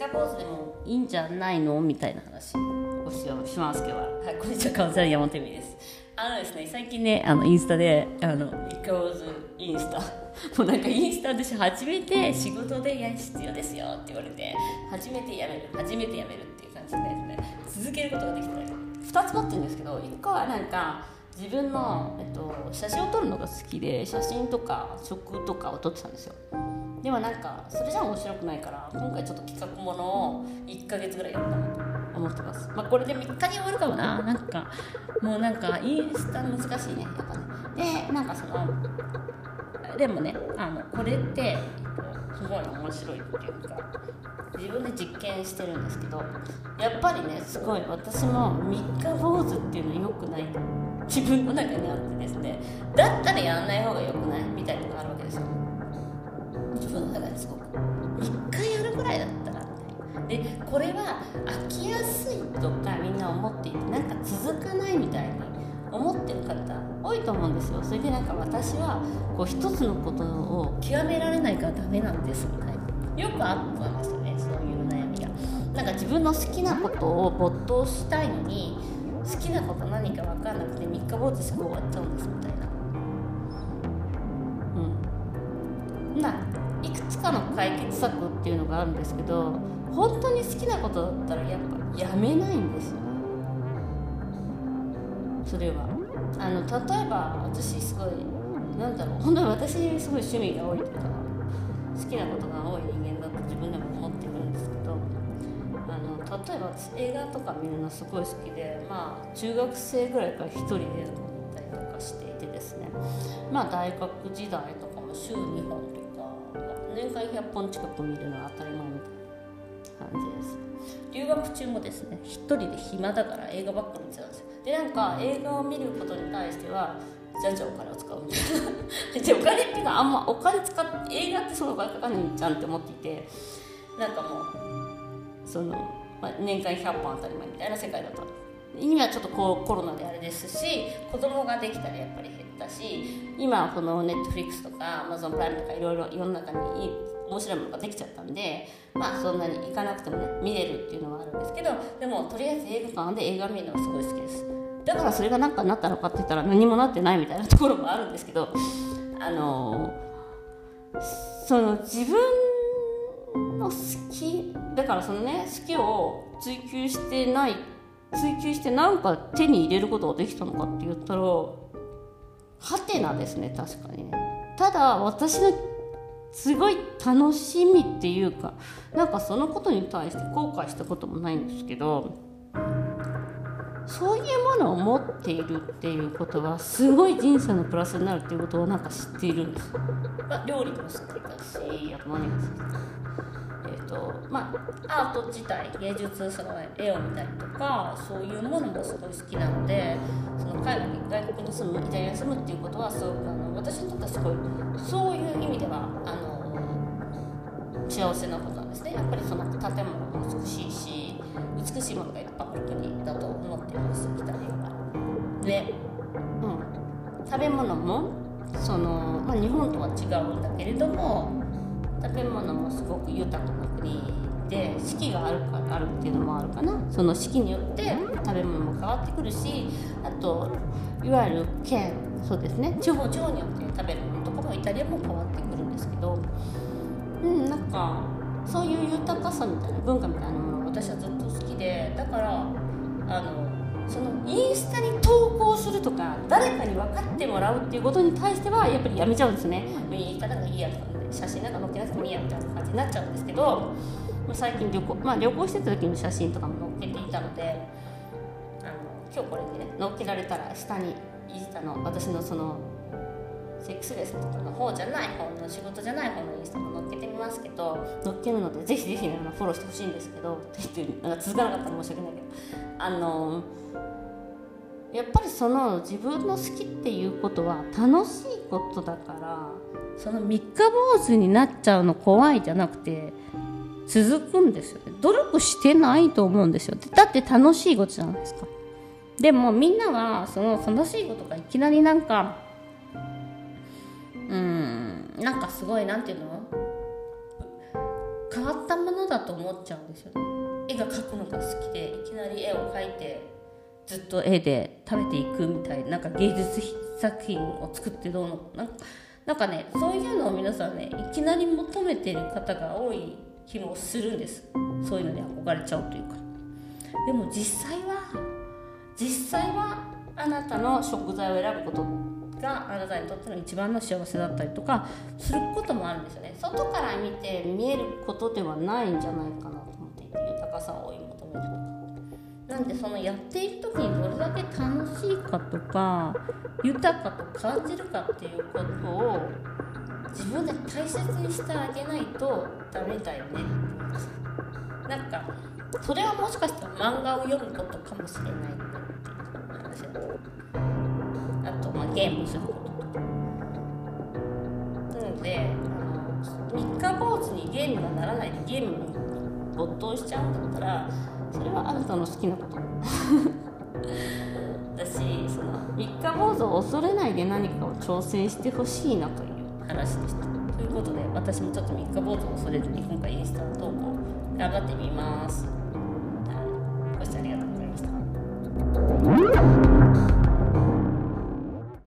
日坊主でもいいんじゃないのみたいな話をしますけど、はい、こんにちは、カウンセラー山本美です。ですね、最近ね、インスタで3日坊主インスタもうなんかインスタ私初めて仕事で必要ですよって言われて、初めてやめるっていう感じでね、続けることができて、2つ持ってるんですけど、1個はなんか自分の、写真を撮るのが好きで、写真とか食とかを撮ってたんですよ。でもなんかそれじゃ面白くないから、今回ちょっと企画ものを1ヶ月ぐらいやったなと思ってます。これで3日に終わるかもな。なんかもうなんかインスタ難しいね、やっぱね。でなんかでもね、これってすごい面白いっていうか、自分で実験してるんですけど、やっぱりね、すごい私も3日坊主っていうのは良くないと自分の中にあってですね、だったらやらない方が良くないみたいなのがあるわけですよ。自分の中ですごく3日やるぐらいだったらみたいな。でこれは飽きやすいとかみんな思っていて、なんか続かないみたいに思ってる方多いと思うんですよ。それでなんか私はこう一つのことを極められないからダメなんですみたいな、よくあったんですよね、そういう悩みが。なんか自分の好きなことを没頭したいのに、好きなこと何か分かんなくて3日坊主して終わっちゃうんですみたいな。いくつかの解決策っていうのがあるんですけど、本当に好きなことだったらやっぱやめないんですよね。それは例えば私すごい本当に私すごい趣味が多いというか、好きなことが多い人間だと自分でも思ってるんですけど、例えば私映画とか見るのすごい好きで、中学生ぐらいから一人で映画見たりとかしていてですね、大学時代とかも週2本とか、年間100本近く見るのは当たり前みたいな感じです。留学中もですね、一人で暇だから映画ばっかり見てたんですよ。でなんか映画を見ることに対してはじゃんじゃんお金を使うみたいなでお金っていうのはあんまお金使って映画ってそのお金かかんないんじゃんって思っていて、なんかもう年間100本当たり前みたいな世界だった。今はちょっとコロナであれですし、子供ができたらやっぱり減ったし、今このネットフリックスとか Amazon プライムとかいろいろ世の中に面白いものができちゃったんで、そんなに行かなくてもね見れるっていうのはあるんですけど、でもとりあえず映画館で映画見るのがすごい好きです。だからそれが何かなったのかって言ったら何もなってないみたいなところもあるんですけど、自分の好きだから好きを追求してなんか手に入れることができたのかって言ったらはてなですね。確かにね。ただ私のすごい楽しみっていうか、なんかそのことに対して後悔したこともないんですけど、そういうものを持っているっていうことはすごい人生のプラスになるっていうことをなんか知っているんです。料理も知っていたし、あと何が好きか、アート自体、芸術、絵を見たりとかそういうものもすごい好きなので、外国に住む、イタリアに住むっていうことはすごく私にとってはすごいそういう意味では幸せなことなんですね。やっぱりその建物も美しいし、美しいものがいっぱいある国だと思っています、イタリアは。で、食べ物も日本とは違うんだけれども、食べ物もすごく豊かな国で、四季があるっていうのもあるかな。その四季によって食べ物も変わってくるし、あといわゆるそうですね、地方によって食べるものとかもイタリアも変わってくるんですけど、なんかそういう豊かさみたいな文化みたいなものが私はずっと好きで、だからそのインスタに投稿するとか誰かに分かってもらうっていうことに対してはやっぱりやめちゃうんですね。言い方がいいやとか写真なんか載っけなくてもいいやみたいな感じになっちゃうんですけど、最近旅行してた時の写真とかも載っけていたので、今日これでね載っけられたら下に私のそのセックスレスとかの方じゃない方の仕事じゃない方のインスタも載っけてみますけど、載っけるのでぜひぜひ、フォローしてほしいんですけど、なんか続かなかったら申し訳ないけど、やっぱり自分の好きっていうことは楽しいことだから、その三日坊主になっちゃうの怖いじゃなくて続くんですよね。努力してないと思うんですよ。だって楽しいことじゃないですか。でもみんなはその楽しいことがいきなりなんかすごいなんていうの、 変わったものだと思っちゃうんですよね。絵が描くのが好きでいきなり絵を描いてずっと絵で食べていくみたいな、なんか芸術作品を作ってどうのなんかね、そういうのを皆さんねいきなり求めてる方が多い気もするんです。そういうのに憧れちゃうというか。でも実際はあなたの食材を選ぶことがあなたにとっての一番の幸せだったりとかすることもあるんですよね。外から見て見えることではないんじゃないかなと思っていて、豊かさを追い求めるとか。なんでそのやっている時にどれだけ楽しいかとか豊かと感じるかっていうことを自分で大切にしてあげないとダメだよね。なんかそれはもしかしたら漫画を読むことかもしれないっていう話だと、あとゲームすることとかなので、三日坊主にゲームがならないでゲームに没頭しちゃうんだったらそれはあなたの好きなことだし、その三日坊主を恐れないで何かを挑戦してほしいなという話でした。ということで私もちょっと三日坊主を恐れずに今回インスタの投稿頑張ってみます。ご視聴ありがとうございました。